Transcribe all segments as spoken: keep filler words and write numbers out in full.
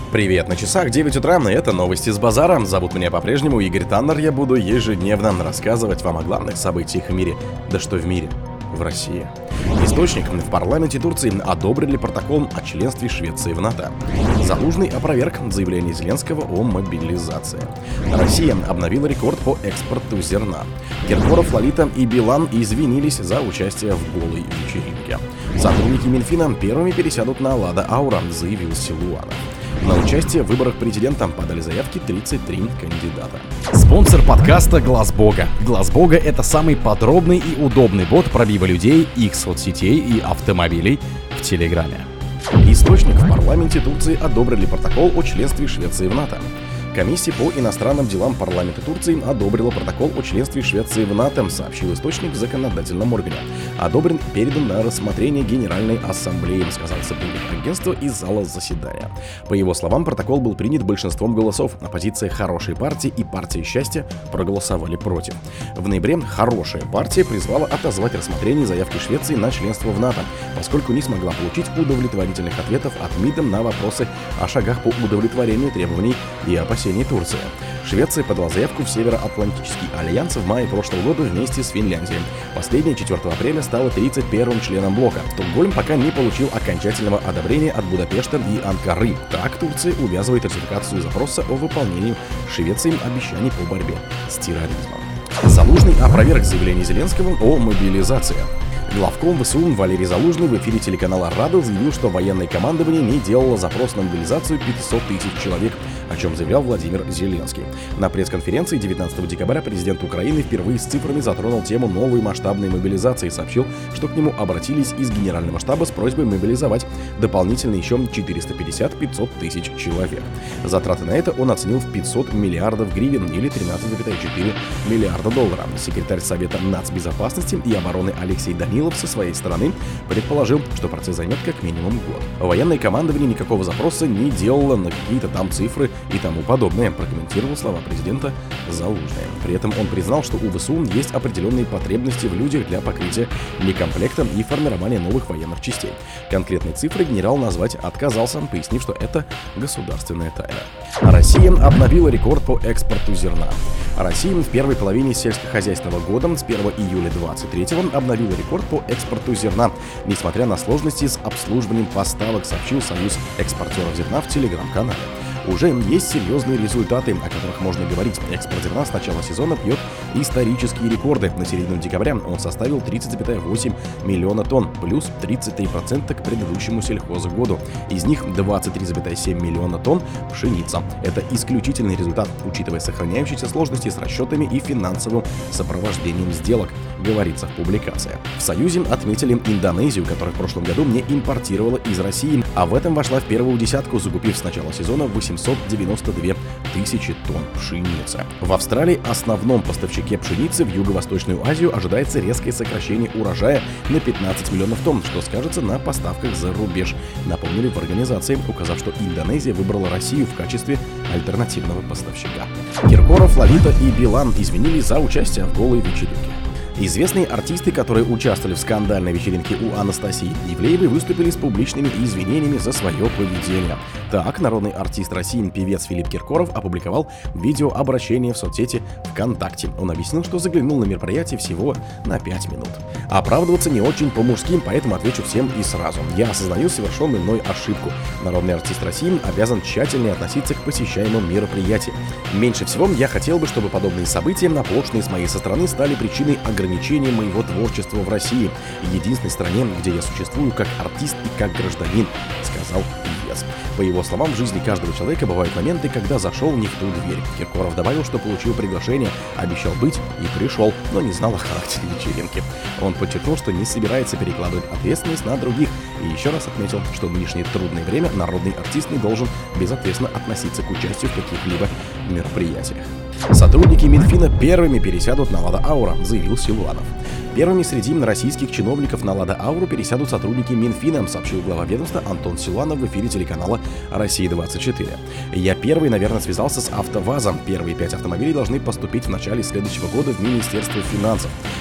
Привет, на часах девять утра, и это новости с базара. Зовут меня по-прежнему Игорь Таннер, я буду ежедневно рассказывать вам о главных событиях в мире. Да что в мире? В России. Источник: в парламенте Турции одобрили протокол о членстве Швеции в НАТО. Залужный опроверг заявление Зеленского о мобилизации. Россия обновила рекорд по экспорту зерна. Киркоров, Лолита и Билан извинились за участие в голой вечеринке. Сотрудники Минфина первыми пересядут на Лада Аура, заявил Силуанов. На участие в выборах президента подали заявки тридцать три кандидата. Спонсор подкаста Глаз Бога. Глаз Бога — это самый подробный и удобный бот пробива людей, их соцсетей и автомобилей в Телеграме. Источник: в парламенте Турции одобрили протокол о членстве Швеции в НАТО. Комиссия по иностранным делам парламента Турции одобрила протокол о членстве Швеции в НАТО, сообщил источник в законодательном органе. Одобрен и передан на рассмотрение Генеральной Ассамблеи, сказал сотрудник агентства из зала заседания. По его словам, протокол был принят большинством голосов. Оппозиция «Хорошей партии» и «Партия счастья» проголосовали против. В ноябре «Хорошая партия» призвала отозвать рассмотрение заявки Швеции на членство в НАТО, поскольку не смогла получить удовлетворительных ответов от МИДа на вопросы о шагах по удовлетворению требований и опасений Турции. Швеция подала заявку в Североатлантический альянс в мае прошлого года вместе с Финляндией. Последняя четвёртого апреля стала тридцать первым членом блока. Стокгольм пока не получил окончательного одобрения от Будапешта и Анкары. Так Турция увязывает ратификацию запроса о выполнении Швецией обещаний по борьбе с терроризмом. Залужный опроверг заявление Зеленского о мобилизации. Главком ВСУ Валерий Залужный в эфире телеканала «Рада» заявил, что военное командование не делало запрос на мобилизацию пятьсот тысяч человек, о чем заявлял Владимир Зеленский. На пресс-конференции девятнадцатого декабря президент Украины впервые с цифрами затронул тему новой масштабной мобилизации и сообщил, что к нему обратились из Генерального штаба с просьбой мобилизовать дополнительно еще четыреста пятьдесят - пятьсот тысяч человек. Затраты на это он оценил в пятьсот миллиардов гривен или тринадцать целых четыре десятых миллиарда долларов. Секретарь Совета нацбезопасности и обороны Алексей Данилов со своей стороны предположил, что процесс займет как минимум год. Военное командование никакого запроса не делало на какие-то там цифры и тому подобное, прокомментировал слова президента Залужный. При этом он признал, что у ВСУ есть определенные потребности в людях для покрытия некомплекта и формирования новых военных частей. Конкретные цифры генерал назвать отказался, пояснив, что это государственная тайна. Россия обновила рекорд по экспорту зерна. Россия в первой половине сельскохозяйственного года с первого июля двадцать третьего обновила рекорд по экспорту зерна, несмотря на сложности с обслуживанием поставок, сообщил Союз экспортеров зерна в телеграм-канале. Уже есть серьезные результаты, о которых можно говорить. Экспорт зерна с начала сезона бьет исторические рекорды. На середину декабря он составил тридцать целых восемь десятых миллиона тонн, плюс тридцать три процента к предыдущему сельхозгоду. Из них двадцать три целых семь десятых миллиона тонн пшеница. Это исключительный результат, учитывая сохраняющиеся сложности с расчетами и финансовым сопровождением сделок, говорится в публикации. В Союзе отметили Индонезию, которая в прошлом году не импортировала из России, а в этом вошла в первую десятку, закупив с начала сезона восемьсот девяносто две тысячи тонн пшеницы. В Австралии, основном поставщике пшеницы в Юго-Восточную Азию, ожидается резкое сокращение урожая на пятнадцать миллионов тонн, что скажется на поставках за рубеж, напомнили в организации, указав, что Индонезия выбрала Россию в качестве альтернативного поставщика. Киркоров, Лолита и Билан извинились за участие в голой вечеринке. Известные артисты, которые участвовали в скандальной вечеринке у Анастасии Ивлеевой, выступили с публичными извинениями за свое поведение. Так, народный артист России, певец Филипп Киркоров опубликовал видеообращение в соцсети ВКонтакте. Он объяснил, что заглянул на мероприятие всего на пять минут. Оправдываться не очень по-мужски, поэтому отвечу всем и сразу. Я осознаю совершенную мной ошибку. Народный артист России обязан тщательнее относиться к посещаемым мероприятиям. Меньше всего я хотел бы, чтобы подобные события, наплошные с моей со стороны, стали причиной ограничения моего творчества в России, единственной стране, где я существую как артист и как гражданин, сказал певец. По его словам, в жизни каждого человека бывают моменты, когда зашел не в ту дверь. Киркоров добавил, что получил приглашение, обещал быть и пришел, но не знал о характере вечеринки. Он подчеркнул, что не собирается перекладывать ответственность на других, и еще раз отметил, что в нынешнее трудное время народный артист не должен безответственно относиться к участию в каких-либо мероприятиях. Сотрудники Минфина первыми пересядут на Лада Аура, заявил Силуанов. Первыми среди российских чиновников на Лада Ауру пересядут сотрудники Минфина, сообщил глава ведомства Антон Силуанов в эфире телеканала Россия двадцать четыре. Я первый, наверное, связался с АвтоВАЗом. Первые пять автомобилей должны поступить в начале следующего года в Министерство финансов.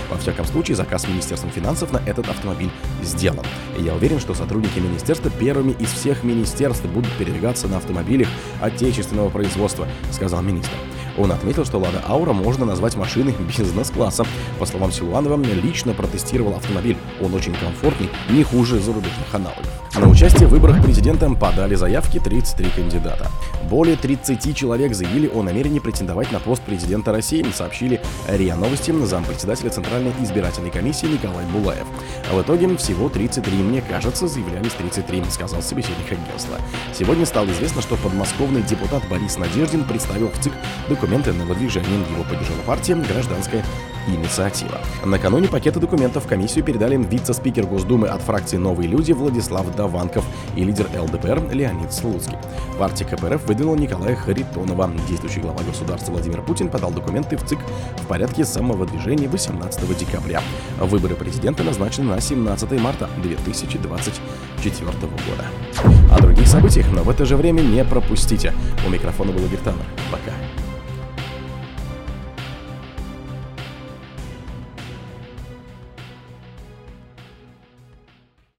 Во всяком случае, заказ Министерством финансов на этот автомобиль сделан. И я уверен, что сотрудники министерства первыми из всех министерств будут передвигаться на автомобилях отечественного производства, сказал министр. Он отметил, что «Лада Аура» можно назвать машиной бизнес-класса. По словам Силуанова, лично протестировал автомобиль. Он очень комфортный, не хуже зарубежных аналогов. На участие в выборах президента подали заявки тридцать три кандидата. Более тридцати человек заявили о намерении претендовать на пост президента России, сообщили РИА Новости зампредседателя Центральной избирательной комиссии Николай Булаев. В итоге всего тридцать три, мне кажется, заявлялись тридцать три, сказал собеседник агентства. Сегодня стало известно, что подмосковный депутат Борис Надеждин представил в ЦИК документы на выдвижение. Его поддержала партия «Гражданская инициатива». Накануне пакеты документов в комиссию передали вице-спикер Госдумы от фракции «Новые люди» Владислав Даванков и лидер ЛДПР Леонид Слуцкий. Партия КПРФ выдвинула Николая Харитонова. Действующий глава государства Владимир Путин подал документы в ЦИК в порядке самовыдвижения восемнадцатого декабря. Выборы президента назначены на семнадцатое марта две тысячи двадцать четвёртого года. О других событиях, но в это же время не пропустите. У микрофона был Игорь Таннер. Пока.